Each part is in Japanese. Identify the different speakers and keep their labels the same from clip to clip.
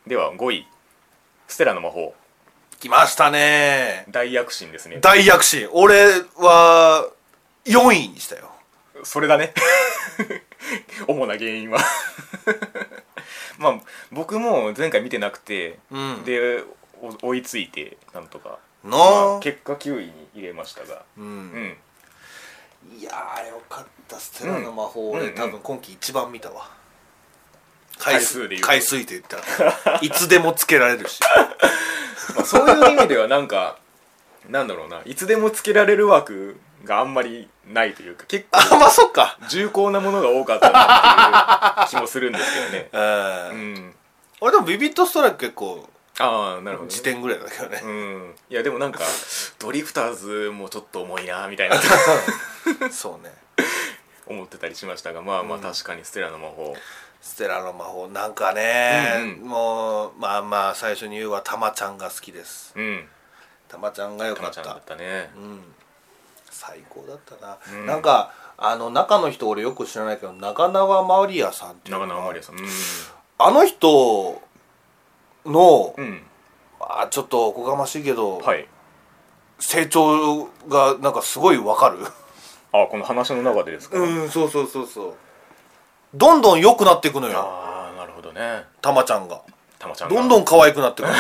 Speaker 1: では5位ステラの魔法。
Speaker 2: 来ましたね。
Speaker 1: 大躍進ですね。
Speaker 2: 大躍進。俺は4位にしたよ。
Speaker 1: それだね主な原因はまあ僕も前回見てなくて、で追いついてなんとか、結果9位に入れましたが、
Speaker 2: いやーよかった。ステラの魔法、俺多分今季一番見たわ。回数で言ったらいつでもつけられるし
Speaker 1: そういう意味ではなんかなんだろうな、いつでもつけられる枠があんまりないというか、結構
Speaker 2: そっか、
Speaker 1: 重厚なものが多かったなっていう気もするんですけどね。
Speaker 2: 俺でもビビットストライク結構
Speaker 1: なるほど、ね、
Speaker 2: 時点ぐらいだけどね。
Speaker 1: いやでもなんかドリフターズもちょっと重いなみたいな
Speaker 2: そうね
Speaker 1: 思ってたりしましたが、まあ確かにステラの魔法
Speaker 2: なんかね、もうまあ最初に言うはたまちゃんが好きです。たまちゃんがよかった。
Speaker 1: たまちゃんだったね。
Speaker 2: 最高だったな。なんか中の人俺よく知らないけど、中縄マリアさんっていうのが、
Speaker 1: 中縄マリアさん、
Speaker 2: あの人の、ちょっとおこがましいけど、成長がなんかすごいわかる。
Speaker 1: この話の中でですか。
Speaker 2: そうどんどん良くなっていくのよ。
Speaker 1: なるほどね。
Speaker 2: たまちゃんがどんどん可愛くなってくる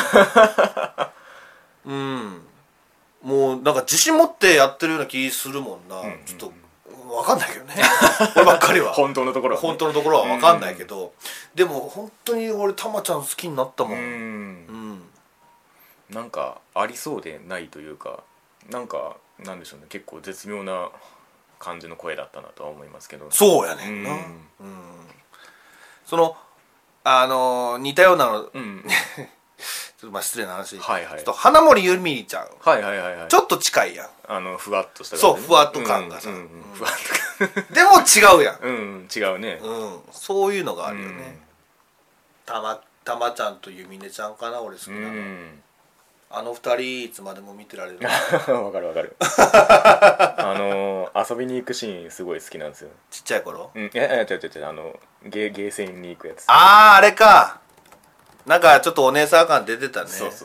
Speaker 2: もうなんか自信持ってやってるような気するもんな。ちょっと分かんないけどね俺ばっかりは
Speaker 1: 本当のところは
Speaker 2: 分かんないけど、でも本当に俺たまちゃん好きになったもん。
Speaker 1: なんかありそうでないというか、なんかなんでしょうね、結構絶妙な感じの声だったなとは思いますけど。
Speaker 2: そうやねんな。その似たようなのちょっと失礼な話、ちょっと花森ゆみりちゃん、ちょっと近いやん。
Speaker 1: ふわっとした、
Speaker 2: そう、ふわっと感がさ、ふわっとでも違うやん。
Speaker 1: 違うね。
Speaker 2: そういうのがあるよね。たまちゃんとゆみねちゃんかな、俺好きなの。二人いつまでも見てられる。
Speaker 1: わかる遊びに行くシーンすごい好きなんですよ。
Speaker 2: ちっちゃい頃。
Speaker 1: 違うゲーセンに行くやつ。
Speaker 2: あれか。なんかちょっとお姉さん感出てたね。
Speaker 1: そう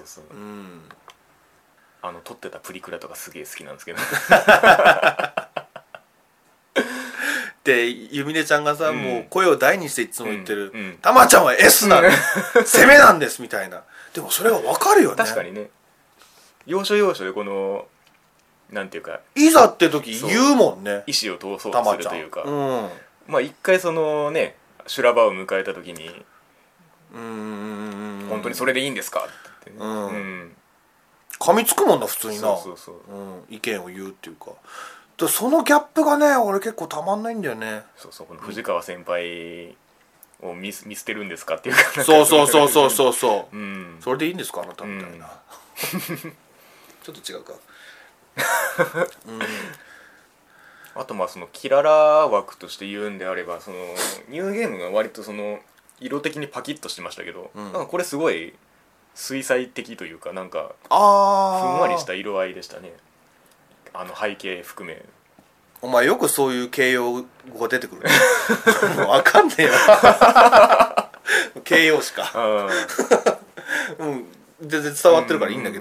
Speaker 1: 撮ってたプリクラとかすげえ好きなんですけど
Speaker 2: でゆみねちゃんがさ、もう声を大にしていつも言ってる、たまちゃんは S なんです、攻めなんですみたいな。でもそれは分かるよね。
Speaker 1: 確かにね、要所要所でこのなんていうか、
Speaker 2: いざって時言うもんね、
Speaker 1: 意思を通そうとするというか、まあ一回そのね修羅場を迎えた時に本当にそれでいいんですかってね、
Speaker 2: 噛みつくもんな普通にな。意見を言うっていうか、そのギャップがね俺結構たまんないんだよね。
Speaker 1: この藤川先輩を見捨てるんですかっていうか、
Speaker 2: そうそれでいいんですかあなたみたいなちょっと違うか
Speaker 1: あとそのキララ枠として言うんであれば、そのニューゲームが割とその色的にパキッとしてましたけど、なんかこれすごい水彩的というか、なんかふんわりした色合いでしたね。背景含め。
Speaker 2: お前よくそういう形容語が出てくるねもう分かんねえよ形容詞か全然伝わってるからいいんだけど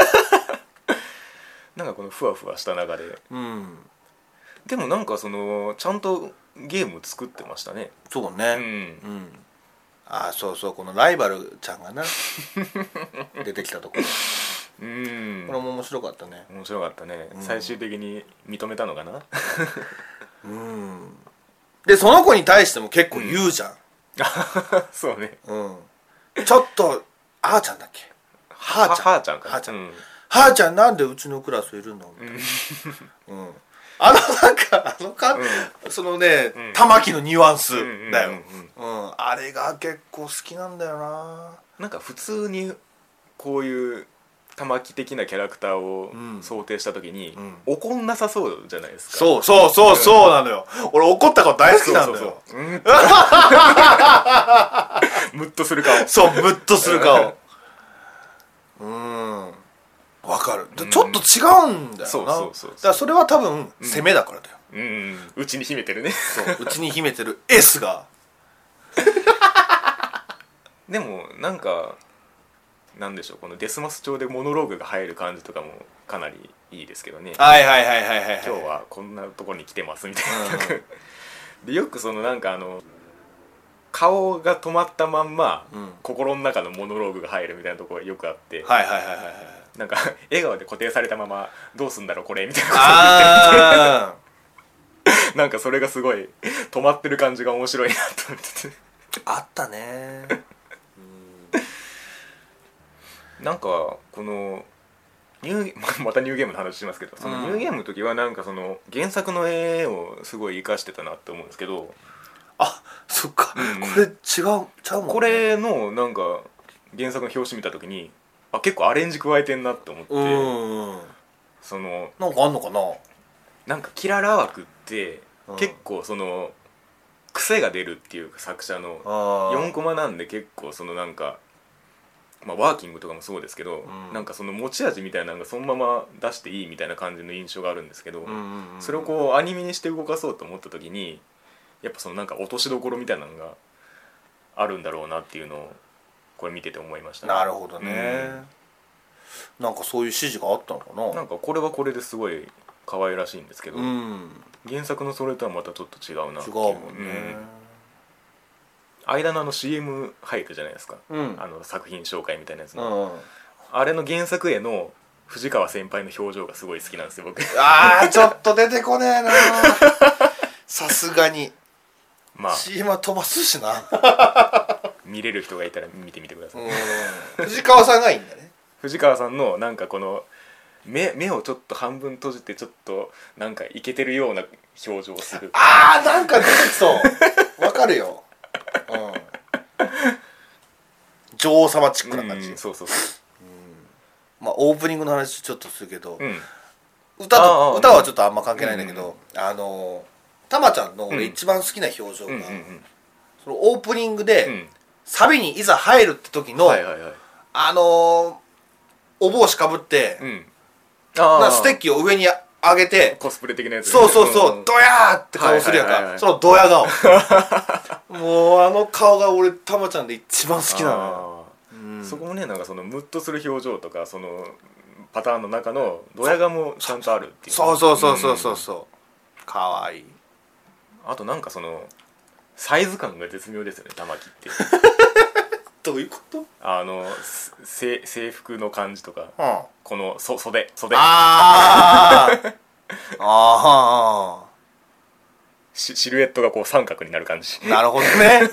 Speaker 1: なんかこのふわふわした中で、でもなんかそのちゃんとゲーム作ってましたね。
Speaker 2: そうね。そうこのライバルちゃんがな出てきたところ、これも面白かったね。
Speaker 1: 最終的に認めたのかな
Speaker 2: でその子に対しても結構言うじゃん。
Speaker 1: そうね。
Speaker 2: ちょっとあーちゃんだっけ、はーちゃんかな、はーちゃんなんでうちのクラスいるのみたいな。なんかそのね玉木のニュアンスだよ。あれが結構好きなんだよな。
Speaker 1: なんか普通にこういう玉木的なキャラクターを想定した時に怒んなさそうじゃないですか。
Speaker 2: そうなのよ。俺怒った顔大好きなんだよ。
Speaker 1: ムッとする顔。
Speaker 2: ムッとする顔。わかる。ちょっと違うんだよな。だからそれは多分攻めだからだよ。
Speaker 1: うちに秘めてるね。
Speaker 2: うちに秘めてる S が
Speaker 1: でもなんかなんでしょう、このデスマス調でモノローグが入る感じとかもかなりいいですけどね。
Speaker 2: はいはいはいはいはい、
Speaker 1: 今日はこんなところに来てますみたいな、でよくそのなんか顔が止まったまんま、心の中のモノローグが入るみたいなところがよくあって、
Speaker 2: はいはいはいはいはい、
Speaker 1: なんか笑顔で固定されたままどうすんだろうこれみたいなことを言ってなんかそれがすごい止まってる感じが面白いなと思ってて
Speaker 2: あったね
Speaker 1: なんかこのまたニューゲームの話しますけど、そのニューゲームの時はなんかその原作の絵をすごい活かしてたなって思うんですけど、
Speaker 2: あ、そっか、これ違うちゃうもんね。
Speaker 1: これのなんか原作の表紙見た時に結構アレンジ加えてんなって思って、その
Speaker 2: なんかあんのかな、
Speaker 1: なんかキララ枠って結構その癖が出るっていうか、作者の4コマなんで結構そのなんかワーキングとかもそうですけど、なんかその持ち味みたいなのがそのまま出していいみたいな感じの印象があるんですけど、それをこうアニメにして動かそうと思った時にやっぱそのなんか落としどころみたいなのがあるんだろうなっていうのをこれ見てて思いましたね。
Speaker 2: なるほどね、なんかそういう指示があったのかな。
Speaker 1: なんかこれはこれですごい可愛らしいんですけど、原作のそれとはまたちょっと違うなっていう。
Speaker 2: 違うもんね、
Speaker 1: 間のCM 入るじゃないですか、作品紹介みたいなやつの、あれの原作への藤川先輩の表情がすごい好きなんですよ僕。
Speaker 2: ちょっと出てこねえなさすがにCM は飛ばすしな
Speaker 1: 見れる人がいたら見てみてください。
Speaker 2: 藤川さんがいいんだね。
Speaker 1: 藤川さんのなんかこの目をちょっと半分閉じてちょっとなんかイケてるような表情をする。
Speaker 2: なんか出てきそうわかるよ、女王様チックな感じ、
Speaker 1: そう、
Speaker 2: オープニングの話ちょっとするけど、歌はちょっとあんま関係ないんだけど、たまちゃんの俺一番好きな表情が、そのオープニングで、サビにいざ入るって時の、お帽子かぶって、ステッキを上に上げて
Speaker 1: コスプレ的なやつ、
Speaker 2: そうドヤーって顔するやんか、そのドヤ顔もう顔が俺たまちゃんで一番好きなのよ。
Speaker 1: そこもね、なんかそのムッとする表情とかそのパターンの中のドヤ顔もちゃんとあるっていう。
Speaker 2: そうかわいい。あ
Speaker 1: となんかそのサイズ感が絶妙ですよね、玉木って
Speaker 2: どういうこと？
Speaker 1: 制服の感じとか、この袖シルエットがこう三角になる感じ。
Speaker 2: なるほどね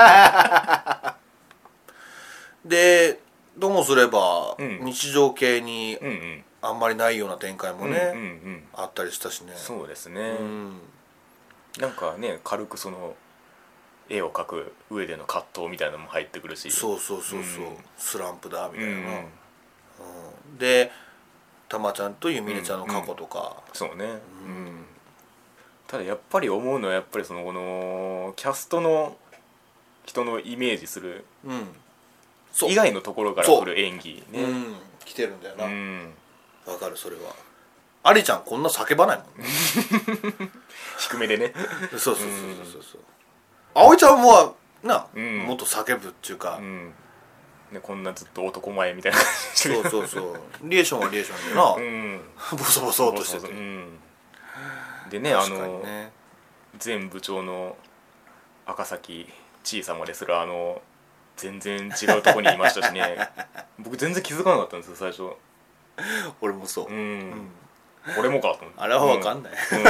Speaker 2: でともすれば、日常系にあんまりないような展開もね、あったりしたしね。
Speaker 1: そうですね、なんかね、軽くその絵を描く上での葛藤みたいなのも入ってくるし、
Speaker 2: そうスランプだみたいな、でたまちゃんとゆみねちゃんの過去とか、
Speaker 1: そうね、ただやっぱり思うのはやっぱりそのこのキャストの人のイメージする、以外のところから来る演技ね、
Speaker 2: 来てるんだよな。わかる、それは。ありちゃんこんな叫ばないもんね
Speaker 1: 低めでね
Speaker 2: そう葵ちゃんももっと叫ぶっていうか、
Speaker 1: こんなずっと男前みたいな感
Speaker 2: じそうリエーションはリエーションでな、ボソボソとしてて、
Speaker 1: でね、前部長の赤崎小さまですら全然違うとこにいましたしね僕全然気づかなかったんですよ最初。
Speaker 2: 俺もそう、
Speaker 1: 俺もかと思って。
Speaker 2: あれは分かんない、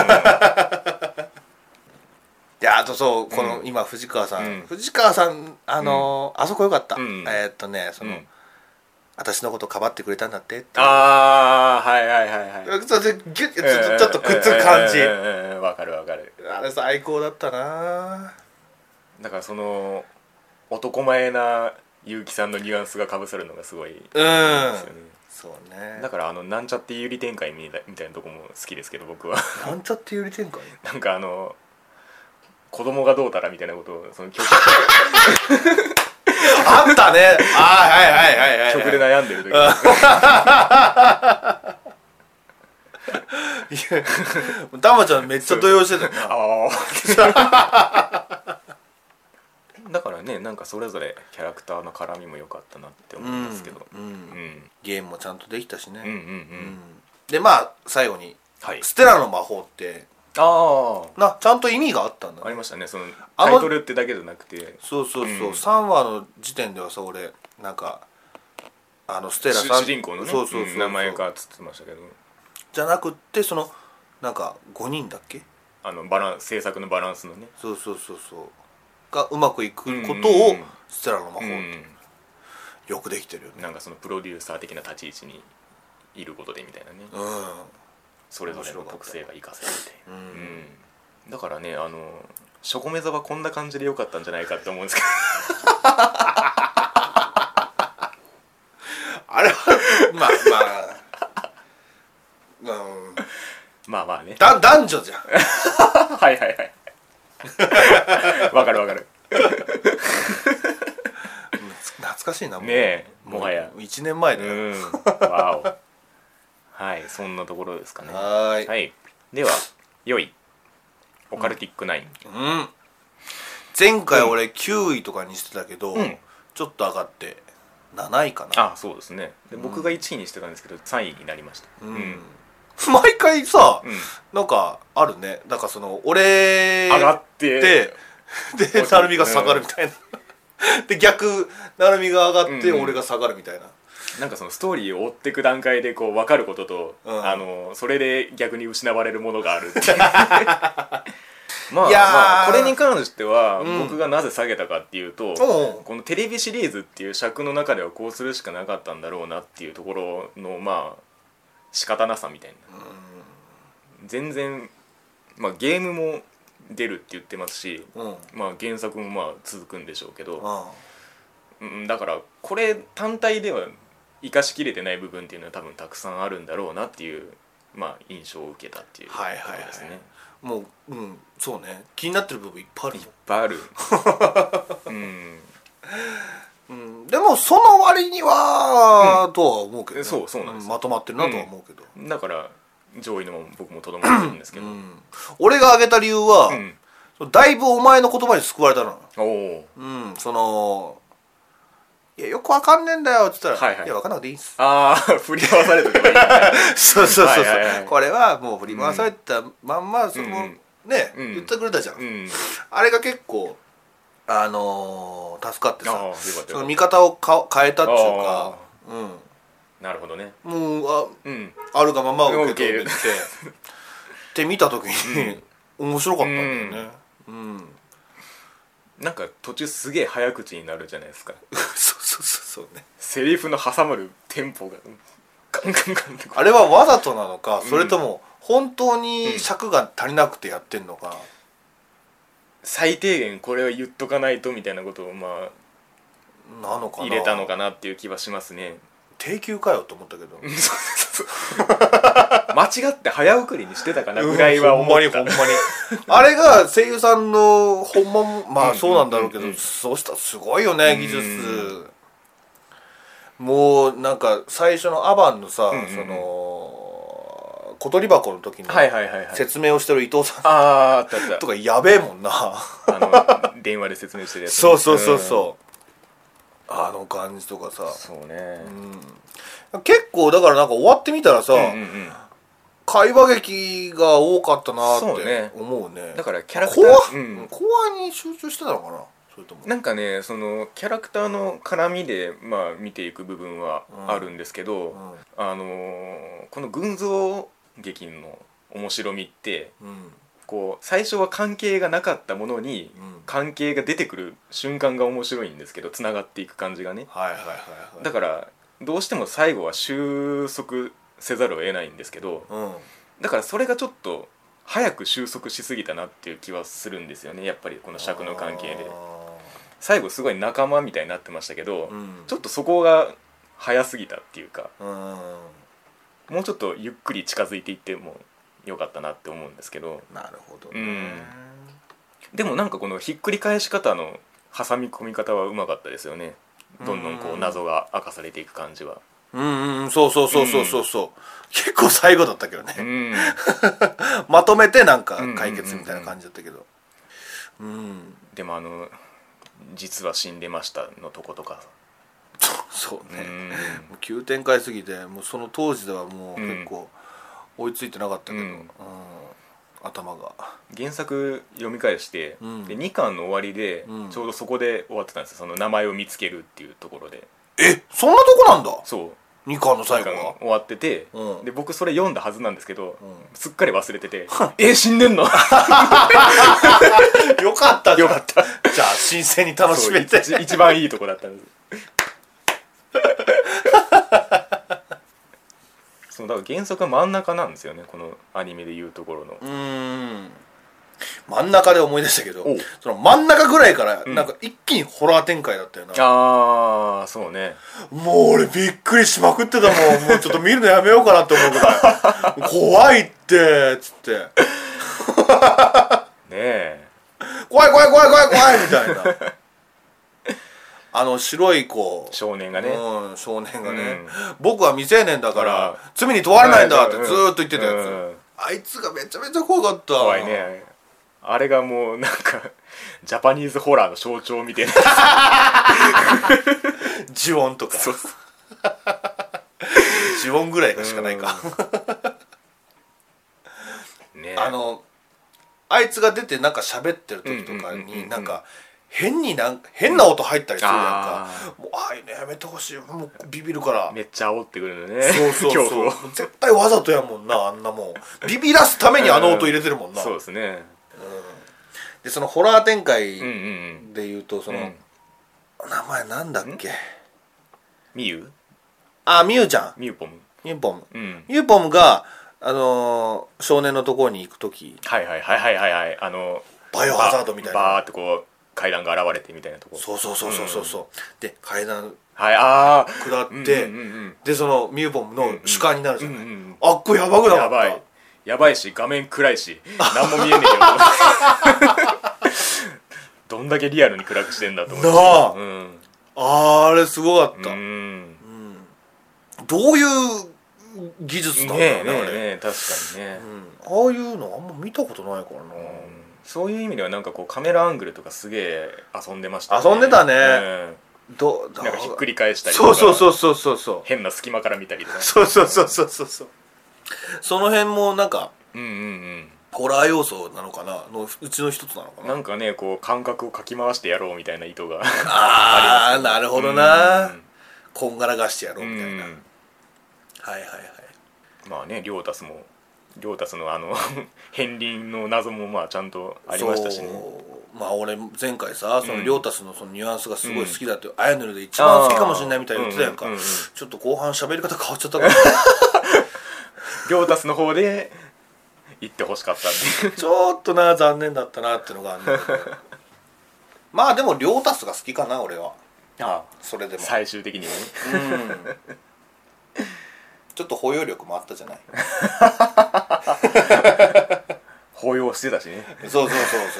Speaker 2: であとこの今藤川さん、あそこよかった、その私のことかばってくれたんだってって、
Speaker 1: はい
Speaker 2: それでギュッてちょっとくっつく感じ、
Speaker 1: わかる
Speaker 2: あれ最高だったな。
Speaker 1: だからその男前な結城さんのニュアンスがかぶさるのがすごい
Speaker 2: そうね。
Speaker 1: だからなんちゃって有利展開みたいなとこも好きですけど僕は
Speaker 2: なんちゃって有利展開
Speaker 1: なんか子供がどうたらみたいなことをその曲
Speaker 2: あったね。
Speaker 1: 曲で悩んでる時た
Speaker 2: まちゃんめっちゃ動揺してたよな。
Speaker 1: だからねなんかそれぞれキャラクターの絡みも良かったなって思うんですけど、
Speaker 2: ゲームもちゃんとできたしね、
Speaker 1: うん
Speaker 2: でまあ最後に、
Speaker 1: はい、
Speaker 2: ステラの魔法ってちゃんと意味があったんだね。
Speaker 1: ありましたね、そのタイトルってだけじゃなくて、
Speaker 2: そうそうそう、3話の時点ではさ俺なんかステラさん
Speaker 1: 主人公のね、そう名前かっつってましたけど、
Speaker 2: じゃなくってそのなんか5人だっけ、
Speaker 1: 制作のバランスのね、
Speaker 2: そうがうまくいくことをステラの魔法、よくできてるよね。
Speaker 1: なんかそのプロデューサー的な立ち位置にいることでみたいなね、それぞれの特性が生かせてて、だからねショコメザはこんな感じで良かったんじゃないかって思うんですけど
Speaker 2: あれはまあね男女じゃん
Speaker 1: はいわかる
Speaker 2: 懐かしいな、もう
Speaker 1: ねえ、もはや
Speaker 2: 1年前だよ。
Speaker 1: わおはい、そんなところですかね。はい、では良いオカルティック9、
Speaker 2: 前回俺9位とかにしてたけど、ちょっと上がって7位かな。
Speaker 1: あ、そうですね。で僕が1位にしてたんですけど3位になりました。
Speaker 2: 毎回さ、なんかあるね。なんかその俺
Speaker 1: 上がって
Speaker 2: で成海が下がるみたいなで逆成海が上がって俺が下がるみたいな、
Speaker 1: なんかそのストーリーを追っていく段階でこう分かることと、それで逆に失われるものがあるっていうまあこれに関しては僕がなぜ下げたかっていうと、このテレビシリーズっていう尺の中ではこうするしかなかったんだろうなっていうところの仕方なさみたいな、全然ゲームも出るって言ってますし、原作も続くんでしょうけど、だからこれ単体では生かしきれてない部分っていうのは多分たくさんあるんだろうなっていう印象を受けたっていうことですね。
Speaker 2: もうそうね、気になってる部分いっぱい
Speaker 1: ある
Speaker 2: でもその割にはとは思うけど、
Speaker 1: そうなんです、
Speaker 2: まとまってるなとは思うけど、
Speaker 1: だから上位の僕もとどまってるんですけど、
Speaker 2: 俺が挙げた理由は、だいぶお前の言葉に救われたの。そのいやよくわかんねえんだよって言ったら、いやわかんなくていいんす。
Speaker 1: 振り回されとけばいい
Speaker 2: そうこれはもう振り回されたまんまそのね言ってくれたじゃん。あれが結構助かってさ、その見方を変えたっていうか、
Speaker 1: なるほどね。
Speaker 2: もうあるがまま受け止めてって見た時に面白かったんだよね。
Speaker 1: なんか途中すげえ早口になるじゃないですか
Speaker 2: そうね、
Speaker 1: セリフの挟まるテンポがガンガンガンって、
Speaker 2: あれはわざとなのか、それとも本当に尺が足りなくてやってんのか、
Speaker 1: 最低限これは言っとかないとみたいなことを
Speaker 2: なのかな、
Speaker 1: 入れたのかなっていう気はしますね。
Speaker 2: 定休かよと思ったけど
Speaker 1: 間違って早送りにしてたかなぐらいは思った、
Speaker 2: ほんまにあれが声優さんのほんまそうなんだろうけど、そうしたらすごいよね、技術。もうなんか最初のアバンのさ、その小鳥箱の時に説明をしてる伊藤さんとかやべえもんな
Speaker 1: 電話で説明してるやつ、
Speaker 2: そうあの感じとかさ、
Speaker 1: そうね、
Speaker 2: 結構だからなんか終わってみたらさ、会話劇が多かったなって思うね。
Speaker 1: だからキャラクター
Speaker 2: 後半に集中してたのかな、それとも
Speaker 1: なんかね、そのキャラクターの絡みで見ていく部分はあるんですけど、この群像劇の面白みって、こう最初は関係がなかったものに関係が出てくる瞬間が面白いんですけど、つながっていく感じがね、だからどうしても最後は収束せざるを得ないんですけど、だからそれがちょっと早く収束しすぎたなっていう気はするんですよね。やっぱりこの尺の関係で最後すごい仲間みたいになってましたけど、ちょっとそこが早すぎたっていうか、もうちょっとゆっくり近づいていってもよかったなって思うんですけど。
Speaker 2: なるほどね、
Speaker 1: でもなんかこのひっくり返し方の挟み込み方はうまかったですよね。どんどんこう謎が明かされていく感じは。
Speaker 2: そう結構最後だったけどね、まとめてなんか解決みたいな感じだったけど、
Speaker 1: でも実は死んでましたのとことか。
Speaker 2: そうね、もう急展開すぎてもうその当時ではもう結構追いついてなかったけど、頭が
Speaker 1: 原作読み返して、で2巻の終わりで、ちょうどそこで終わってたんですよ、その名前を見つけるっていうところで。
Speaker 2: そんなとこなんだ。
Speaker 1: そう
Speaker 2: 2巻の最後が
Speaker 1: 終わってて、で僕それ読んだはずなんですけど、すっかり忘れてて死んでんのよ
Speaker 2: かったじゃん。よかったじゃあ新鮮に楽しめて
Speaker 1: 一番いいとこだったんですそうだから原作は真ん中なんですよね、このアニメでいうところの。
Speaker 2: 真ん中で思い出したけど、その真ん中ぐらいからなんか一気にホラー展開だったよな。
Speaker 1: ああそうね。
Speaker 2: もう俺びっくりしまくってたもん。もうちょっと見るのやめようかなって思うぐらい怖いってつって
Speaker 1: ねえ
Speaker 2: 怖い怖い怖い怖い怖いみたいな白い子
Speaker 1: 少年がね、
Speaker 2: 少年がね、僕は未成年だから罪に問われないんだってずーっと言ってたやつ、あいつがめちゃめちゃ怖かった。
Speaker 1: 怖いね。あれがもうなんかジャパニーズホラーの象徴みたいな
Speaker 2: 呪音とか呪音ぐらいしかないか
Speaker 1: ね。
Speaker 2: あいつが出てなんか喋ってる時とかになんか変な音入ったりするやんか。もうああいうのやめてほしい。もうビビるから
Speaker 1: めっちゃ煽ってくるのね。
Speaker 2: そう絶対わざとやもんな、あんなもんビビらすためにあの音入れてるもんな。
Speaker 1: そうですね。
Speaker 2: でそのホラー展開でいうとその名前なんだっけ、
Speaker 1: ミユ
Speaker 2: ミユちゃん、
Speaker 1: ミユポム
Speaker 2: ミユポムが少年のところに行く時、
Speaker 1: はいバイ
Speaker 2: オハザードみたいな
Speaker 1: バーってこう階段が現れてみたいなところ。
Speaker 2: そうで階段
Speaker 1: 下
Speaker 2: ってでそのミューボムの主観になるじゃない。あっこやばくなかった。
Speaker 1: やばいし画面暗いし何も見えねえよどんだけリアルに暗くしてんだと思って。
Speaker 2: あれすごかった。どういう技術なんだろう
Speaker 1: ね。確かにね、
Speaker 2: ああいうのあんま見たことないからな。
Speaker 1: そういう意味ではなんかこうカメラアングルとかすげえ遊んでましたね。
Speaker 2: 遊んでたね。
Speaker 1: なんかひっくり返したりとか、
Speaker 2: そう
Speaker 1: 変な隙間から見たりとか、
Speaker 2: そうその辺もなんかホラー要素なのかな、のうちの一つなのかな。
Speaker 1: なんかねこう感覚をかき回してやろうみたいな意図が
Speaker 2: ありますね。なるほどな。こんがらがしてやろうみたいな。
Speaker 1: まあね、リョータスの片鱗の謎もまあちゃんとありましたしね。
Speaker 2: まあ俺前回さそのリョータスのそのニュアンスがすごい好きだってアヤヌルで一番好きかもしれないみたいに言ってたやんか。ちょっと後半喋り方変わっちゃったから
Speaker 1: リョータスの方で言ってほしかったんで
Speaker 2: ちょっとな残念だったなっていうのがあるんだけどまあでもリョータスが好きかな俺は。それでも
Speaker 1: 最終的にはね
Speaker 2: ちょっと包容力もあったじゃない
Speaker 1: 抱擁してたしね。
Speaker 2: そう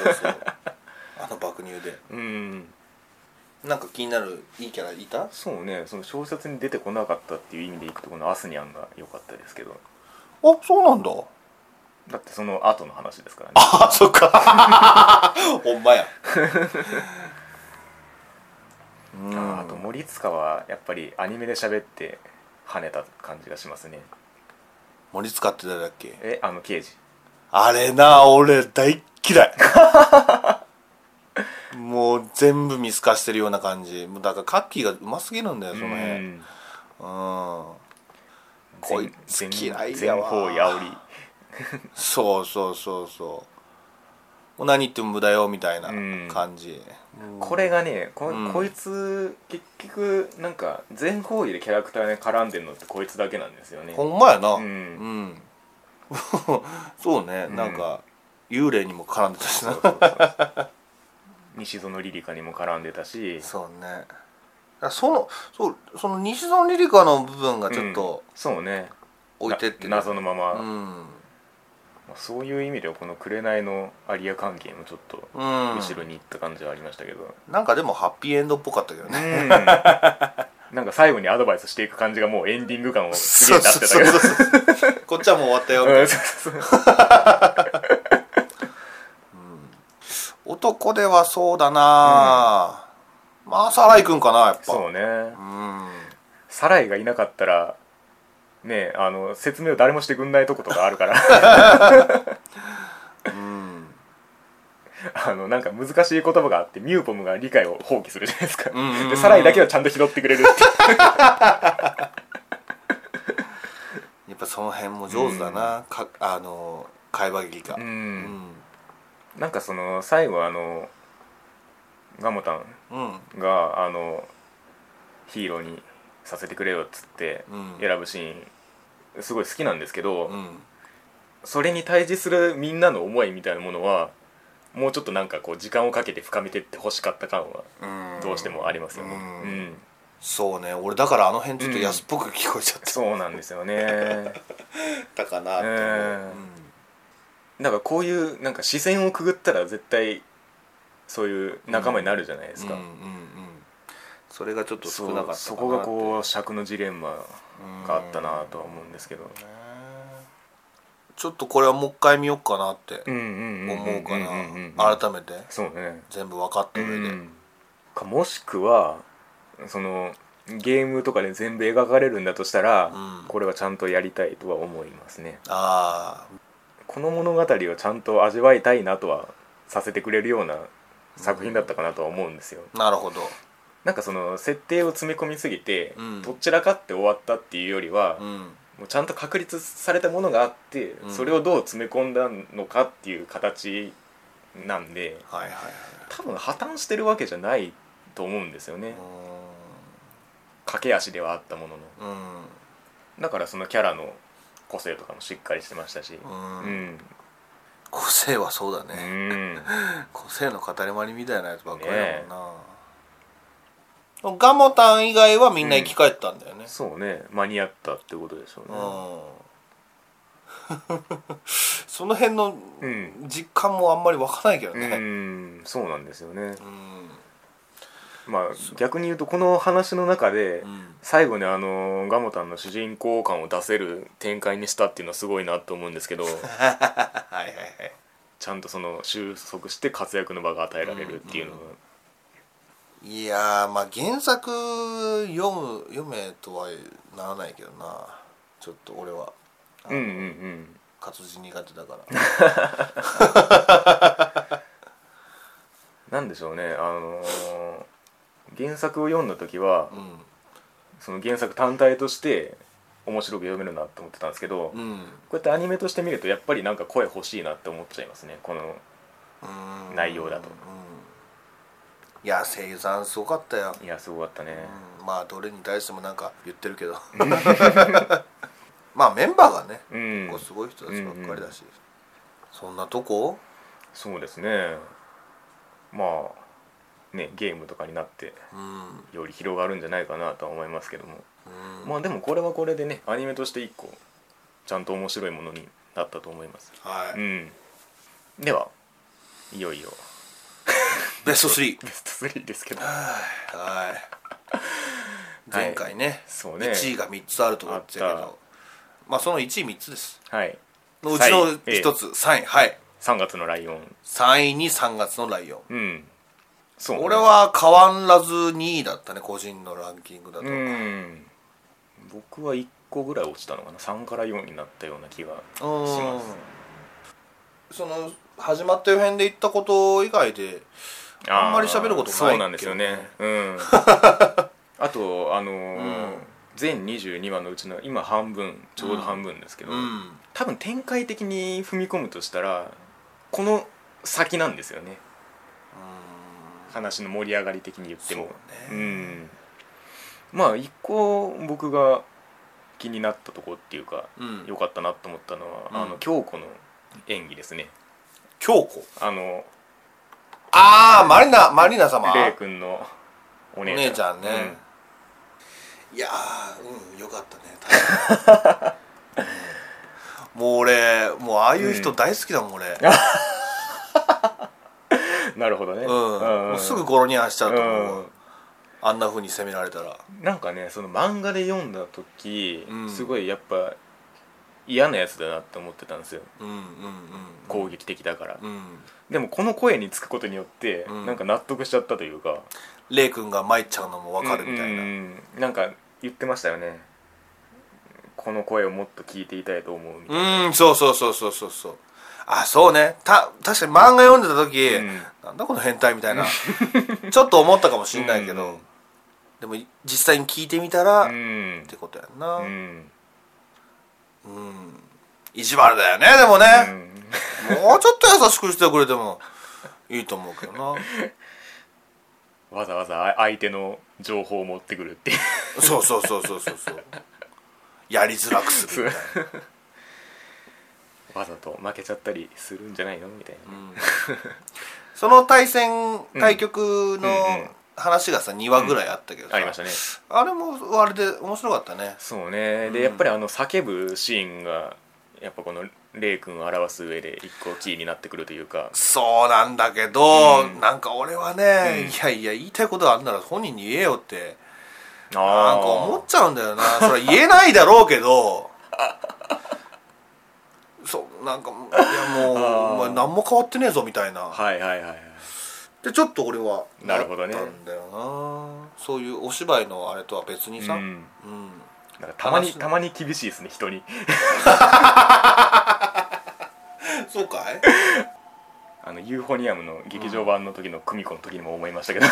Speaker 2: 爆乳でなんか気になるいいキャラいた？
Speaker 1: そうね、その小説に出てこなかったっていう意味でいくとこのアスニャンが良かったですけど。
Speaker 2: そうなんだ。
Speaker 1: だってその後の話ですからね。
Speaker 2: そっかほんまや
Speaker 1: あと森塚はやっぱりアニメで喋って跳ねた感じがしますね。
Speaker 2: 森塚って誰だっけ？
Speaker 1: 刑事。
Speaker 2: あれな、俺大嫌いもう全部見透かしてるような感じ。だからカッキーがうますぎるんだよその辺。こいつ嫌いやわ。
Speaker 1: 全方位煽り
Speaker 2: そう何言っても無駄よみたいな感じ。
Speaker 1: これがねこいつ結局なんか全方位でキャラクターに絡んでるのってこいつだけなんですよね。
Speaker 2: ほんまやな。そうね、なんか幽霊にも絡んでたしな。
Speaker 1: 西園リリカにも絡んでたし。
Speaker 2: そうね。その西園リリカの部分がちょっと
Speaker 1: そうね
Speaker 2: 置いてって
Speaker 1: 謎のまま。そういう意味ではこの紅のアリア関係もちょっと後ろに行った感じはありましたけど、
Speaker 2: なんかでもハッピーエンドっぽかったけどね。
Speaker 1: なんか最後にアドバイスしていく感じがもうエンディング感をすげえ出してたけど、
Speaker 2: こっちはもう終わったよみたいな。男ではそうだな、 まあサライくんかなやっぱ。
Speaker 1: そうね、サライがいなかったらね説明を誰もしてくんないとことかあるからなんか難しい言葉があってミューポムが理解を放棄するじゃないですか、でサライだけはちゃんと拾ってくれるって
Speaker 2: やっぱその辺も上手だな、会話劇が。
Speaker 1: なんかその最後ガモタンが、ヒーローにさせてくれよっつって選ぶシーンすごい好きなんですけど、それに対峙するみんなの思いみたいなものはもうちょっとなんかこう時間をかけて深めてってほしかった感はどうしてもありますよね。
Speaker 2: そうね、俺だからあの辺ちょっと安っぽく聞こえちゃった、
Speaker 1: そうなんですよね
Speaker 2: だかなって思う、
Speaker 1: だからこういうなんか視線をくぐったら絶対そういう仲間になるじゃないですか、
Speaker 2: それがちょっと少なかったかなって。
Speaker 1: そこがこう尺のジレンマがあったなとは思うんですけど、
Speaker 2: ちょっとこれはもう一回見ようかなって思うかな、改めて
Speaker 1: そうね、
Speaker 2: 全部分かった上で、
Speaker 1: もしくはそのゲームとかで全部描かれるんだとしたら、これはちゃんとやりたいとは思いますね。この物語をちゃんと味わいたいなとはさせてくれるような作品だったかなとは思うんですよ。
Speaker 2: なるほど。
Speaker 1: なんかその設定を詰め込みすぎて、どちらかって終わったっていうよりは、もうちゃんと確立されたものがあって、それをどう詰め込んだのかっていう形なんで、多分破綻してるわけじゃないと思うんですよね。駆け足ではあったものの、だからそのキャラの個性とかもしっかりしてましたし、
Speaker 2: 個性はそうだね、個性の塊みたいなやつばっかりだもんな、ガモタン以外はみんな生き返ったんだよね、
Speaker 1: そうね、間に合ったってことでしょうね、
Speaker 2: その辺の実感もあんまり湧かないけどね、
Speaker 1: そうなんですよね、まあ逆に言うとこの話の中で最後にガモタンの主人公感を出せる展開にしたっていうのはすごいなと思うんですけどちゃんとその収束して活躍の場が与えられるっていうのは、
Speaker 2: いやまあ原作読めとはならないけどな、ちょっと俺は活字苦手だから
Speaker 1: なんでしょうね、原作を読んだ時は、その原作単体として面白く読めるなって思ってたんですけど、こうやってアニメとして見るとやっぱりなんか声欲しいなって思っちゃいますね、この内容だと。
Speaker 2: いや声優さんすごかったよ。
Speaker 1: いやすごかったね、
Speaker 2: まあどれに対してもなんか言ってるけどまあメンバーがね、すごい人たちばっかりだし、そんなとこ。
Speaker 1: そうですね、まあねゲームとかになってより広がるんじゃないかなとは思いますけども、まあでもこれはこれでねアニメとして一個ちゃんと面白いものになったと思います。ではいよいよ
Speaker 2: ベスト3
Speaker 1: ベスト3ですけど
Speaker 2: 前回ね、
Speaker 1: そうね、
Speaker 2: 1位が3つあるとか言ってたけど、まあその1位3つです、のうちの1つ3位、
Speaker 1: 3月のライオン、
Speaker 2: 3位に3月のライオン、
Speaker 1: そう、
Speaker 2: 俺は変わらず2位だったね、個人のランキングだと。
Speaker 1: 僕は1個ぐらい落ちたのかな、3から4になったような気がします。
Speaker 2: その始まった予編で言ったこと以外であんまり喋ることないけど、ね、
Speaker 1: そうなんですよね、あと全22話のうちの今半分、ちょうど半分ですけど、多分展開的に踏み込むとしたらこの先なんですよね、話の盛り上がり的に言っても。まあ一個僕が気になったとこっていうか、良かったなと思ったのは、京子の演技ですね。
Speaker 2: 京子、マリナ様、
Speaker 1: レイ君のお姉
Speaker 2: ちゃんね、いやよかったねもう俺ああいう人大好きだもん、俺
Speaker 1: なるほどね、
Speaker 2: もうすぐゴロニャンしちゃうと思う、あんな風に責められたら。
Speaker 1: なんかねその漫画で読んだ時、すごいやっぱ嫌なやつだなって思ってたんですよ、攻撃的だから、でもこの声につくことによって、なんか納得しちゃったというか、
Speaker 2: レイ君が参っちゃうのも分かるみたいな、
Speaker 1: なんか言ってましたよね、この声をもっと聞いていたいと思うみたいな。
Speaker 2: そうあ、そうね、確かに漫画読んでた時、なんだこの変態みたいなちょっと思ったかもしんないけど、でも実際に聞いてみたら、ってことやんな。意地悪だよね、でもね、もうちょっと優しくしてくれてもいいと思うけどな。
Speaker 1: わざわざ相手の情報を持ってくるっていう
Speaker 2: そうやりづらくするみたいな
Speaker 1: わざと負けちゃったりするんじゃないのみたいな、
Speaker 2: その対局の話がさ2話ぐらいあったけどさ、
Speaker 1: ありましたね。
Speaker 2: あれもあれで面白かったね。
Speaker 1: そうね。でやっぱり叫ぶシーンがやっぱこのレイ君を表す上で一個キーになってくるというか。
Speaker 2: そうなんだけど、なんか俺はね、いや言いたいことがあるなら本人に言えよってなんか思っちゃうんだよな。それは言えないだろうけどそうなんかいやもうお前何も変わってねえぞみたいな。でちょっと俺は
Speaker 1: なるほどね。
Speaker 2: なったんだよな。そういうお芝居のあれとは別にさ、
Speaker 1: なんかたまに厳しいですね、人に
Speaker 2: そうかい
Speaker 1: ユーフォニアムの劇場版の時の久美子の時にも思いましたけど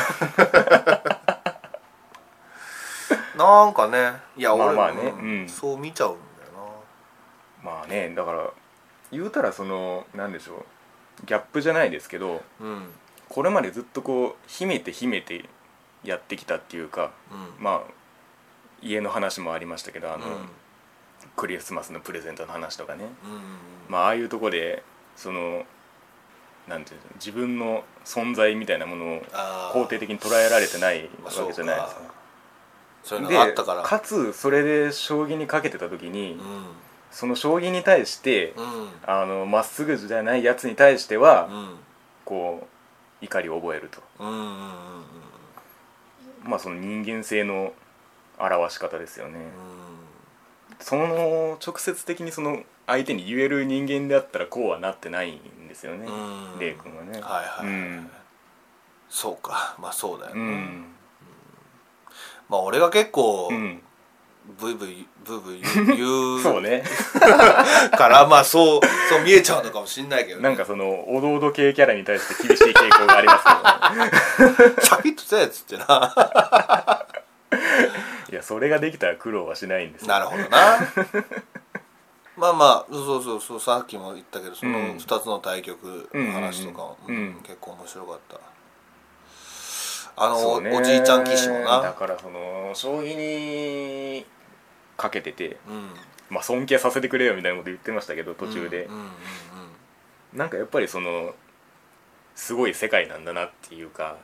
Speaker 2: なんかね、いや俺
Speaker 1: まあね、
Speaker 2: そう見ちゃうんだよ
Speaker 1: な。まあね、だから言うたらなんでしょう、ギャップじゃないですけど、これまでずっとこう秘めてやってきたっていうか、まあ家の話もありましたけど、クリスマスのプレゼントの話とかね、まあああいうとこでなんていうの、自分の存在みたいなものを肯定的に捉えられてないわけじゃないですか。
Speaker 2: そういうのがあったから。
Speaker 1: かつそれで将棋にかけてた時に、その将棋に対して、まっすぐじゃないやつに対しては、こう怒りを覚えると、まあその人間性の表し方ですよね。その直接的にその相手に言える人間であったらこうはなってないんですよね、レイ君はね。
Speaker 2: そうか、まあそうだよね。まあ俺が結構ブイブイ言う
Speaker 1: そうね
Speaker 2: からまあそう見えちゃうのかもしんないけど、ね、
Speaker 1: なんかそのおどおど系キャラに対して厳しい傾向がありますけど
Speaker 2: シャキッとせえっつってない
Speaker 1: やそれができたら苦労はしないんですよ。
Speaker 2: なるほどなまあそうさっきも言ったけどその2つの対局の話とか結構面白かった。おじいちゃん棋士もな、
Speaker 1: だからその将棋にかけてて、まあ尊敬させてくれよみたいなこと言ってましたけど途中で、なんかやっぱりすごい世界なんだなっていうか、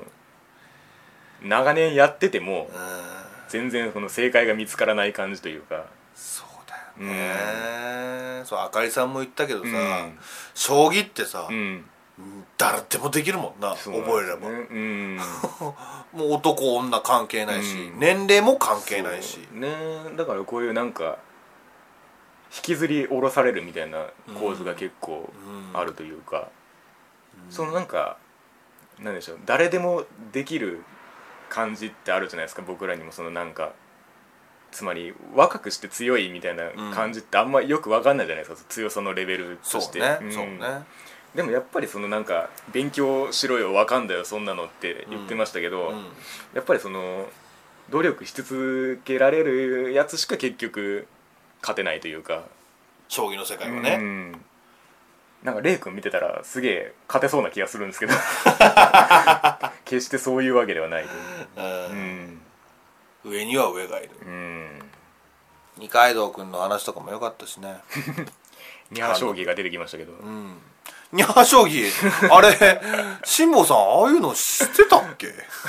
Speaker 1: 長年やってても全然正解が見つからない感じというか。
Speaker 2: そうだよね、そうあかりさんも言ったけどさ、将棋ってさ、誰でもできるもんな、覚えれば、もう男女関係ないし、年齢も関係ないし
Speaker 1: ね。だからこういうなんか引きずり下ろされるみたいな構図が結構あるというか、なんかなんでしょう、誰でもできる感じってあるじゃないですか。僕らにもなんかつまり若くして強いみたいな感じってあんまよく分かんないじゃないですか、強さのレベルとして。そうね。でもやっぱりなんか勉強しろよ分かんだよそんなのって言ってましたけど、やっぱり努力し続けられるやつしか結局勝てないというか、
Speaker 2: 将棋の世界はね。
Speaker 1: なんかレイ君見てたらすげえ勝てそうな気がするんですけど決してそういうわけではないという。
Speaker 2: 上には上がいる。二階堂君の話とかも良かったしね
Speaker 1: ニャー将棋が出てきましたけど、
Speaker 2: ニャー将棋あれ辛坊さんああいうの知ってたっけ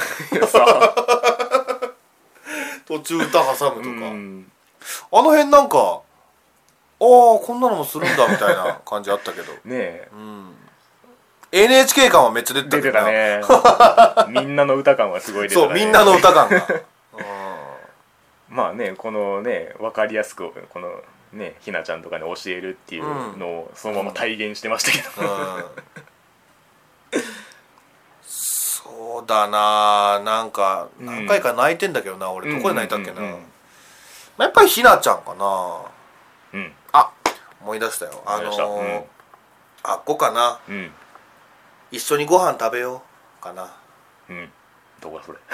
Speaker 2: 途中歌挟むとか、あの辺なんかこんなのもするんだみたいな感じあったけどね
Speaker 1: え、
Speaker 2: NHK 感はめっちゃ出てたけど
Speaker 1: ねみんなの歌感はすごい出てたね。
Speaker 2: そうみんなの歌感が
Speaker 1: まあね、このね分かりやすくこのねひなちゃんとかに教えるっていうのをそのまま体現してましたけど、
Speaker 2: そそうだな、なんか何回か泣いてんだけどな、俺どこで泣いたっけな、やっぱりひなちゃんかな。あ、思い出したよ。あっこかな、一緒にご飯食べようかな。
Speaker 1: どこだそれ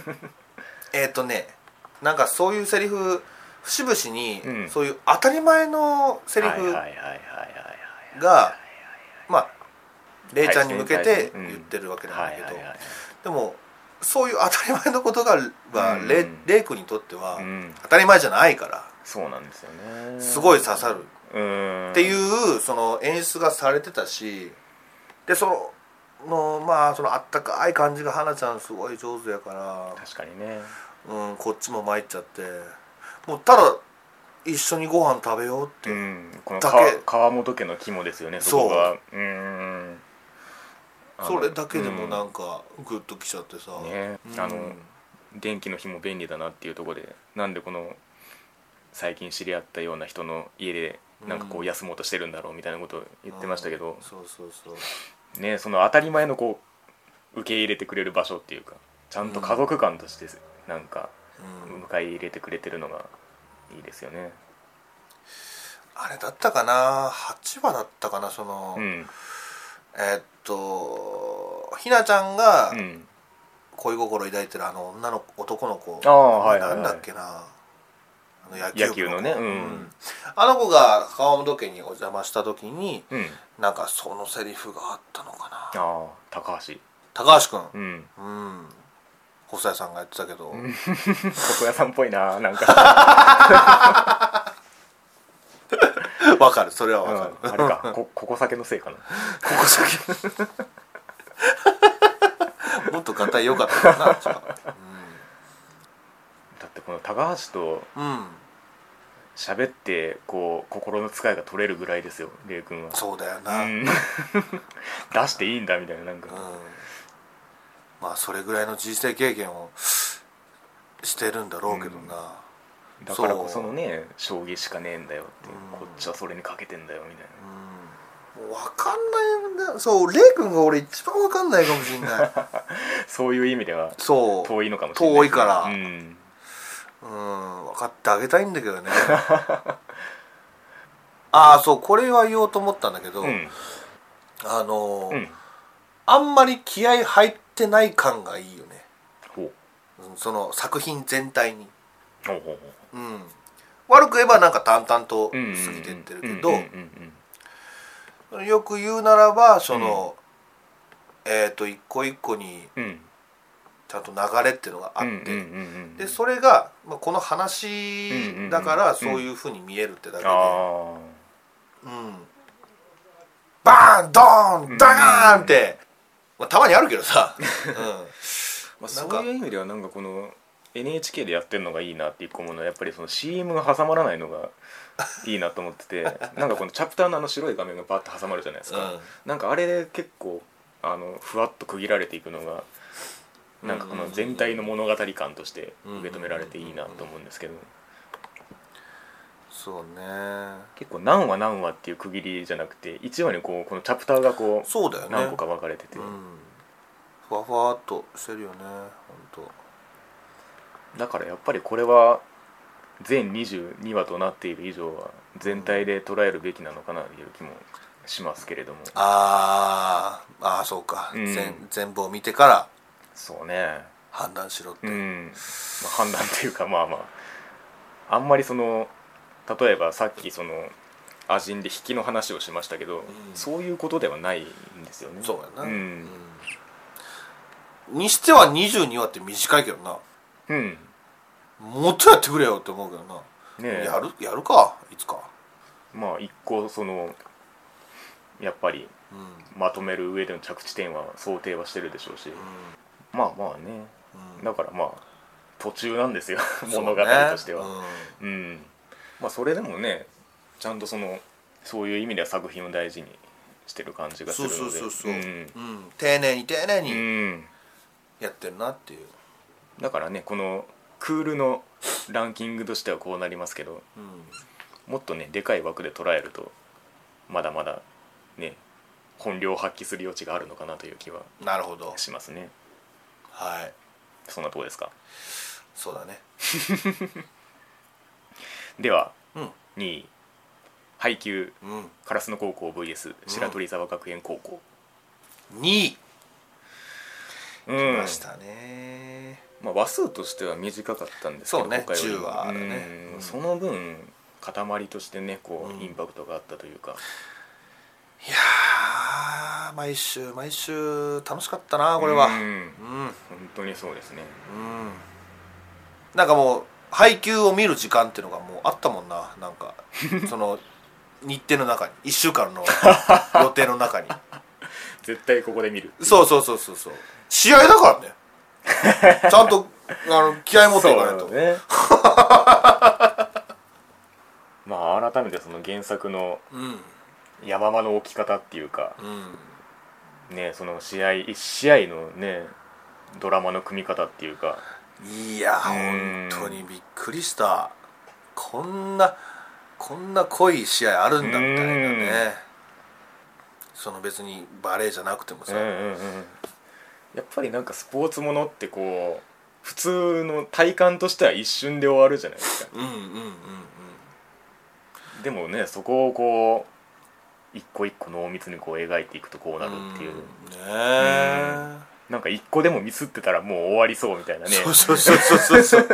Speaker 2: なんかそういうセリフ節々に、そういう当たり前のセリフがまあレイちゃんに向けて言ってるわけなんだけど、でもそういう当たり前のことがレイ君にとっては当たり前じゃないから、
Speaker 1: そうなんですよね、
Speaker 2: すごい刺さるっていうその演出がされてたし、でそのあったかい感じが花ちゃんすごい上手やから、
Speaker 1: 確かにね、
Speaker 2: こっちも参っちゃって、もうただ一緒にご飯食べようって
Speaker 1: この川本家の肝ですよね、そこが。
Speaker 2: それだけでもなんかグッときちゃってさ、
Speaker 1: 電気の火も便利だなっていうところで、なんでこの最近知り合ったような人の家でなんかこう休もうとしてるんだろうみたいなことを言ってましたけど、ね、その当たり前のこう受け入れてくれる場所っていうか、ちゃんと家族感としてなんか迎え入れてくれてるのがいいですよね。
Speaker 2: あれだったかな、8話だったかな、その、ひなちゃんが恋心抱いてる男の子、なんだっけな、
Speaker 1: 野球のね、
Speaker 2: あの子が川本家にお邪魔した時に、なんかそのセリフがあったのかな。
Speaker 1: 高橋
Speaker 2: 君、細谷さんがやってたけど、
Speaker 1: 細谷さんっぽいな、なんか
Speaker 2: わかる、それはわかる、
Speaker 1: あれか、ここ酒のせいかな、ここ
Speaker 2: 酒もっと硬いよかったかなだ
Speaker 1: ってこの高橋と喋ってこう心の使いが取れるぐらいですよ、レイ君は。
Speaker 2: そうだよな、
Speaker 1: 出していいんだみたいな、なんか、
Speaker 2: まあそれぐらいの人生経験をしてるんだろうけどな、
Speaker 1: だからこそのね、将棋しかねえんだよって、こっちはそれにかけてんだよみたいな。
Speaker 2: 分かんないんだよ、そう、レイ君が俺一番分かんないかもしれない
Speaker 1: そういう意味では
Speaker 2: 遠
Speaker 1: いのかもしれない、
Speaker 2: 遠いから分かってあげたいんだけどねそう、これは言おうと思ったんだけど、あんまり気合入ってない感がいいよね、その作品全体に。悪く言えばなんか淡々と過ぎてってるけど、よく言うならばその、一個一個にちゃんと流れっていうのがあって、でそれが、この話だからそういうふうに見えるってだけで、バーンドーンダガーンって、たまにあるけどさ
Speaker 1: そういう意味ではなんかこのNHK でやってるのがいいなって一個思うのは、やっぱりその CM が挟まらないのがいいなと思っててなんかこのチャプターの白い画面がバッと挟まるじゃないですか、なんかあれで結構ふわっと区切られていくのがなんかこの全体の物語感として受け止められていいなと思うんですけど、
Speaker 2: そうね、
Speaker 1: 結構何話何話っていう区切りじゃなくて、1話にこうこのチャプターがこう
Speaker 2: そうだよね、
Speaker 1: 何個か分かれてて、
Speaker 2: ふわふわっとしてるよね、本当。
Speaker 1: だからやっぱりこれは全22話となっている以上は全体で捉えるべきなのかなという気もしますけれども、
Speaker 2: そうか、全部を見てから
Speaker 1: そうね
Speaker 2: 判断しろって、
Speaker 1: 判断っていうかあんまりその例えばさっきそのアジンで引きの話をしましたけど、そういうことではないんですよね。
Speaker 2: そうやな、にしては22話って短いけどな、もっとやってくれよって思うけどな、やるか、いつか。
Speaker 1: 一個そのやっぱりまとめる上での着地点は想定はしてるでしょうし、まあね、だから途中なんですよ物語としては。それでもね、ちゃんとそういう意味では作品を大事にしてる感じがするので、
Speaker 2: 丁寧にやってるなっていう。
Speaker 1: だからね、このクールのランキングとしてはこうなりますけど、もっとねでかい枠で捉えるとまだまだね本領を発揮する余地があるのかなという気はしますね。
Speaker 2: はい、
Speaker 1: そんなとこですか。
Speaker 2: そうだね
Speaker 1: では、
Speaker 2: うん、
Speaker 1: 2位配給、
Speaker 2: うん、
Speaker 1: 烏野高校 VS 白鳥沢学園高校、
Speaker 2: 2位
Speaker 1: 来
Speaker 2: ましたね。
Speaker 1: まあ、話数としては短かったんですけど、
Speaker 2: そうね、
Speaker 1: 今回より
Speaker 2: 10話あるね、
Speaker 1: その分塊としてねこう、インパクトがあったというか。
Speaker 2: いやー、毎週毎週楽しかったなこれは。
Speaker 1: 本当にそうですね。
Speaker 2: なんかもう配給を見る時間っていうのがもうあったもんな。なんかその日程の中に1週間の予定の中に
Speaker 1: 絶対ここで見る。
Speaker 2: そう試合だからねちゃんと気合い持っていかないと。
Speaker 1: ねまあ改めてその原作の山場の置き方っていうか、ね、その試合1試合のねドラマの組み方っていうか、
Speaker 2: いや本当にびっくりした。こんな濃い試合あるんだみたいなね。その別にバレーじゃなくてもさ、
Speaker 1: やっぱりなんかスポーツものってこう普通の体感としては一瞬で終わるじゃないですか。でもねそこをこう一個一個濃密にこう描いていくとこうなるっていう、なんか一個でもミスってたらもう終わりそうみたいなね。
Speaker 2: そう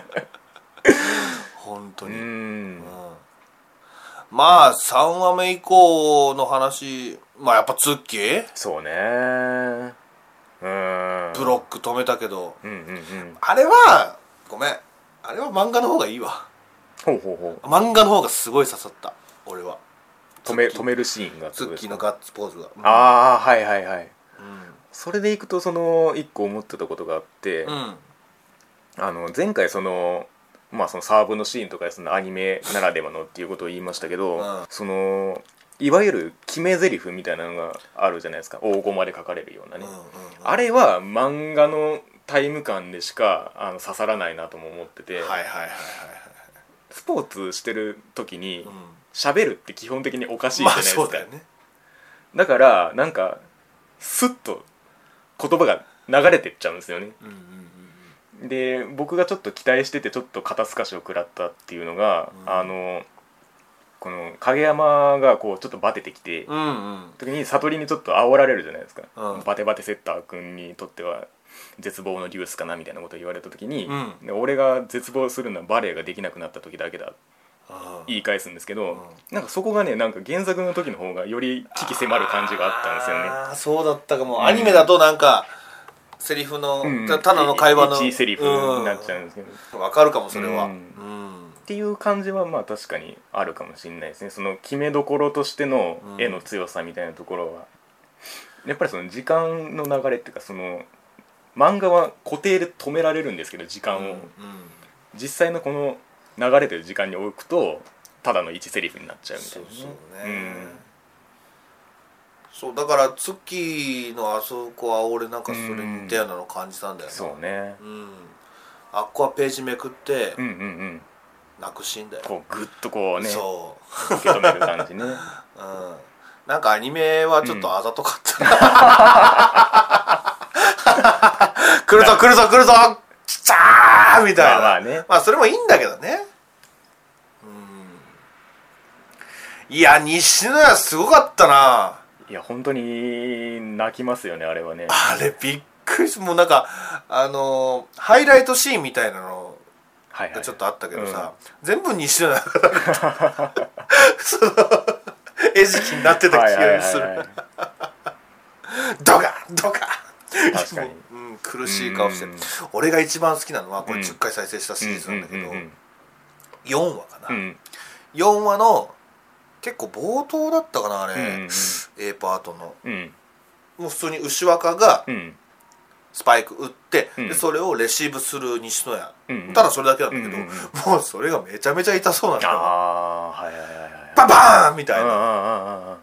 Speaker 2: 本当に。まあ3話目以降の話、まあやっぱツッキー
Speaker 1: そうね、
Speaker 2: ブロック止めたけど、あれは漫画の方がいいわ。漫画の方がすごい刺さった。俺は
Speaker 1: 止めるシーンが
Speaker 2: ツッキーのガッツポーズが、
Speaker 1: ああはいはいはい、それでいくとその一個思ってたことがあって、前回そのそのサーブのシーンとかそのアニメならではのっていうことを言いましたけど、そのいわゆる決め台詞みたいなのがあるじゃないですか。大駒で書かれるようなね、あれは漫画のタイム感でしか刺さらないなとも思ってて、スポーツしてる時に喋るって基本的におかしいじゃないですか。だからなんかスッと言葉が流れてっちゃうんですよね。で僕がちょっと期待しててちょっと肩透かしを食らったっていうのが、この影山がこうちょっとバテてきて、時に悟りにちょっと煽られるじゃないですか。バテバテセッター君にとっては絶望のデュースかなみたいなことを言われた時に、俺が絶望するのはバレエができなくなった時だけだ言い返すんですけど、なんかそこがねなんか原作の時の方がより鬼気迫る感じがあったんですよね。
Speaker 2: そうだったかも。アニメだとなんかセリフの、ただの会話の
Speaker 1: 一セリフになっちゃうんですけど、
Speaker 2: わかるかもそれは、
Speaker 1: っていう感じはまあ確かにあるかもしれないですね。その決めどころとしての絵の強さみたいなところは、やっぱりその時間の流れっていうか、その漫画は固定で止められるんですけど時間を、実際のこの流れてる時間に置くとただの一セリフになっちゃうみたいなね。
Speaker 2: そうだからツッキーのあそこは俺なんかそれに似たようなの感じたんだよね。
Speaker 1: そうね、
Speaker 2: あっこはページめくって泣くシーンだよ。
Speaker 1: こうグッとこうね
Speaker 2: そう
Speaker 1: 受け止める感じね。
Speaker 2: なんかアニメはちょっとあざとかった、来るぞ来るぞ来るぞきたーみたいな。
Speaker 1: まあね、
Speaker 2: まあそれもいいんだけどね。いや西野屋すごかったな。
Speaker 1: いや本当に泣きますよねあれはね。
Speaker 2: あれびっくりした。もうなんかハイライトシーンみたいなのがちょっとあったけどさ、全部西野屋その餌食になってた気がする。ドカンドカン
Speaker 1: 確かに、
Speaker 2: 苦しい顔してる。俺が一番好きなのはこれ10回再生したシリーズなんだけど、4話かな、4話の結構冒頭だったかなあれ、A パートの、もう普通に牛若がスパイク打って、でそれをレシーブする西野屋、ただそれだけなんだけど、もうそれがめちゃめちゃ痛そうなんだよ。ババーンみたいな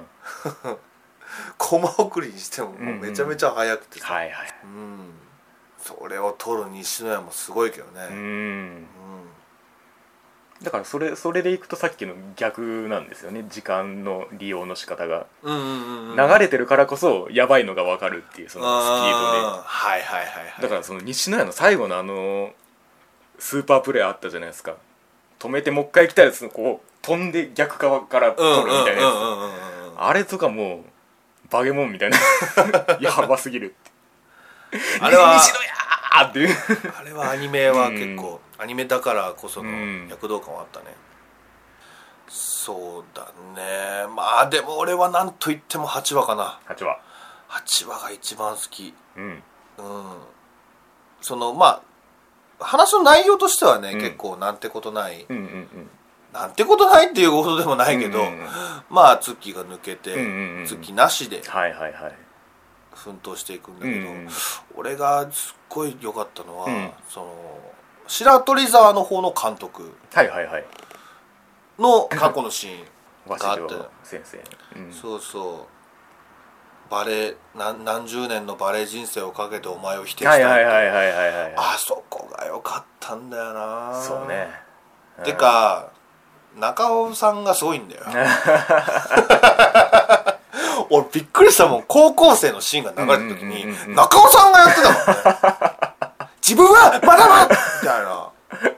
Speaker 2: コマ送りにしてももうめちゃめちゃ速くてさ、それを取る西野屋もすごいけどね。
Speaker 1: だからそれでいくとさっきの逆なんですよね、時間の利用の仕方が、流れてるからこそやばいのが分かるっていうそのスピードで、
Speaker 2: はいはいはいはい。
Speaker 1: だからその西野屋の最後のスーパープレーあったじゃないですか。止めてもう一回来たやつのこう飛んで逆側から取るみたいなやつ、あれとかもうバゲモンみたいなやばすぎるって
Speaker 2: あれは
Speaker 1: 西野屋っていう
Speaker 2: あれはアニメは結構、アニメだからこその躍動感はあったね、そうだね。まあでも俺は何と言っても8話かな。8話が一番好き。そのまあ話の内容としてはね、結構なんてことない、なんてことないっていうことでもないけど、まあツッキーが抜けて、ツッキーなしで奮闘していくんだけど、俺がすっごい良かったのは、その白鳥沢の方の監督の過去のシーンがあって
Speaker 1: 先生、
Speaker 2: そうそうバレエ何十年のバレエ人生をかけてお前を否定したあそこが良かったんだよな。
Speaker 1: そうね。
Speaker 2: てか中尾さんがすごいんだよ俺びっくりしたもん。高校生のシーンが流れた時に中尾さんがやってたもんね自分はまだまだみたいな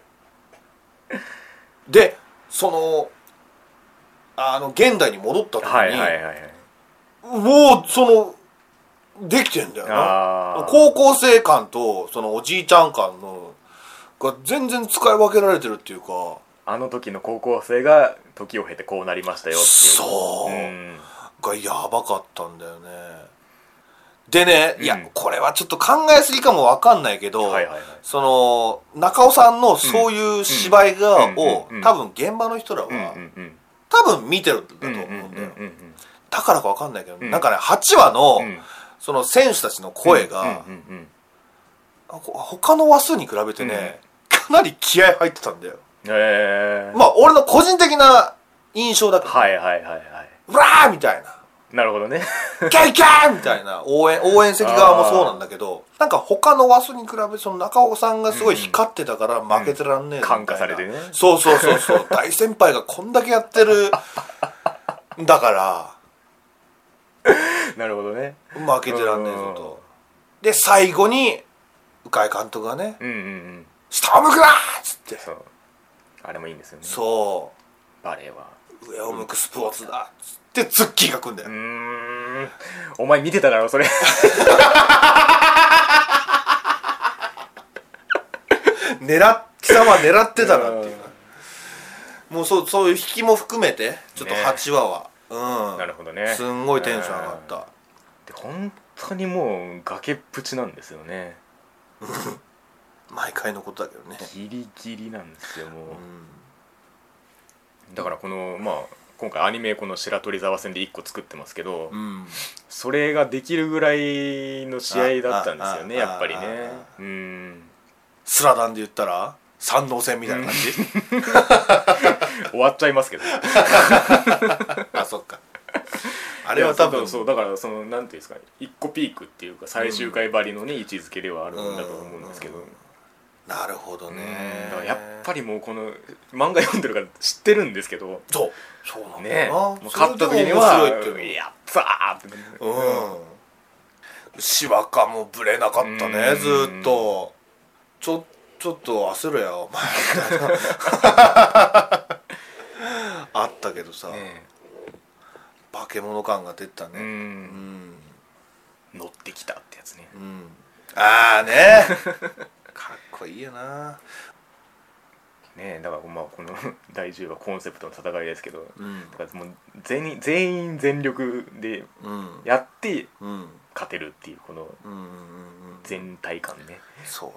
Speaker 2: でその現代に戻った時に、もうそのできてんだよな。高校生感とそのおじいちゃん感のが全然使い分けられてるっていうか、
Speaker 1: あの時の高校生が時を経てこうなりましたよっていう
Speaker 2: そう、がやばかったんだよね。でね、いやこれはちょっと考えすぎかも分かんないけど、その中尾さんのそういう芝居を多分現場の人らは多分見てるんだと思うんだよ。だからか分かんないけど、なんかね8話のその選手たちの声が他の話数に比べてね、かなり気合入ってたんだよ。まあ俺の個人的な印象だけど、うわーみたいな、
Speaker 1: なるほどね
Speaker 2: キャイキャーみたいな応援席側もそうなんだけど、なんか他の話数に比べてその中尾さんがすごい光ってたから負けてらんねえみたいな、
Speaker 1: 感化されてね、
Speaker 2: そう大先輩がこんだけやってるだから
Speaker 1: なるほどね、
Speaker 2: 負けてらんねえぞと。で最後に鵜飼監督がね、下を向くなっつって、
Speaker 1: あれもいいんですよね。
Speaker 2: そう
Speaker 1: バレエは
Speaker 2: 上を向くスポーツだっつってツッキーが来んだよ。
Speaker 1: お前見てただろそれ
Speaker 2: 貴様は狙ってたなっていう、もうそういう引きも含めてちょっと8話は、
Speaker 1: なるほどね、
Speaker 2: すんごいテンション上がった。
Speaker 1: で本当にもう崖っぷちなんですよね
Speaker 2: 毎回のことだけどね、
Speaker 1: ギリギリなんですよもう、だからこのまあ今回アニメこの白鳥沢戦で1個作ってますけど、それができるぐらいの試合だったんですよね、やっぱりね。
Speaker 2: スラダンで言ったら三能戦みたいな感じ
Speaker 1: 終わっちゃいますけど
Speaker 2: あ、そっか。あれは多分
Speaker 1: そうだからそのなんていうんですか、1個ピークっていうか最終回ばりのね位置づけではあるんだと思うんですけど、
Speaker 2: なるほどね。
Speaker 1: だからやっぱりもうこの漫画読んでるから知ってるんですけど、
Speaker 2: そうなんだ
Speaker 1: ね、
Speaker 2: よな。
Speaker 1: 勝った時にはやったーって
Speaker 2: 牛若もぶれなかったね、ずっと。ちょっと焦るやお前みたいなあったけどさ、化け物感が出たね。
Speaker 1: 乗ってきたってやつね。
Speaker 2: ああねかっこいいよな。
Speaker 1: ね、だからまあこの第10話コンセプトの戦いですけど、だからもう全員全力でやって勝てるっていうこの全体感ね。
Speaker 2: そう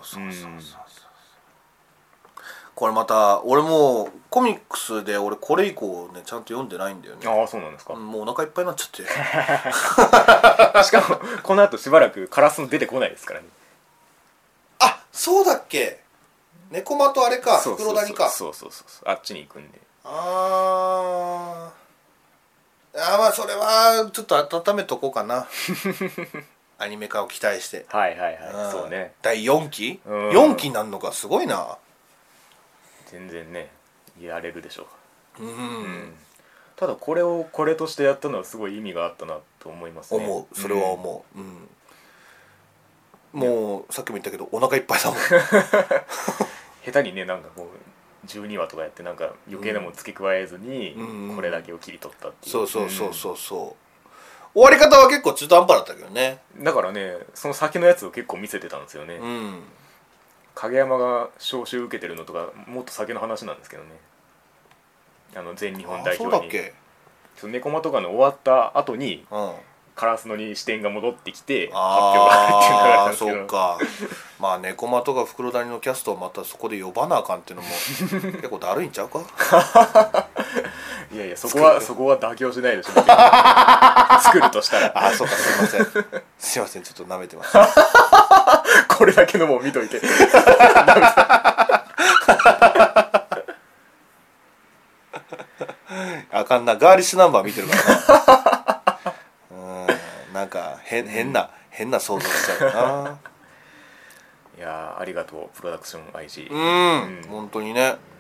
Speaker 2: これまた俺もうコミックスで俺これ以降ねちゃんと読んでないんだよね。
Speaker 1: ああ、そうなんですか。
Speaker 2: もうお腹いっぱいになっちゃって
Speaker 1: しかもこの後しばらくカラスの出てこないですからね。
Speaker 2: あ、そうだっけ。猫間とあれか、袋谷か。
Speaker 1: そうあっちに行くんで。
Speaker 2: まあそれはちょっと温めとこうかなアニメ化を期待して。
Speaker 1: そうね。
Speaker 2: 第4期4期になるのか、すごいな。
Speaker 1: 全然ねやれるでしょう。
Speaker 2: うん
Speaker 1: ただこれをこれとしてやったのはすごい意味があったなと思いますね。
Speaker 2: 思う、それは思う、もうさっきも言ったけどお腹いっぱいだもん
Speaker 1: 下手にねなんかこう12話とかやってなんか余計なもん付け加えずにこれだけを切り取ったっていう、
Speaker 2: そう終わり方は結構中途半端だったけどね。
Speaker 1: だからねその先のやつを結構見せてたんですよね。影山が招集受けてるのとかもっと先の話なんですけどね。全日本代表に。そうだっけ。猫間とかの終わった後に、カラスノに視点が戻ってきて発表があるっていうのがあるんですけど。
Speaker 2: そうかまあ猫間とか袋谷のキャストをまたそこで呼ばなあかんっていうのも結構だるいんちゃうか
Speaker 1: いやいやそこは妥協しないでしょ作るとしたら。
Speaker 2: そうかすいませんちょっと舐めてます
Speaker 1: これだけのもん見といて
Speaker 2: あかんなガーリッシュナンバー見てるからななんか変な想像しちゃうな。
Speaker 1: いやありがとうプロダクション IG。
Speaker 2: 本当にね。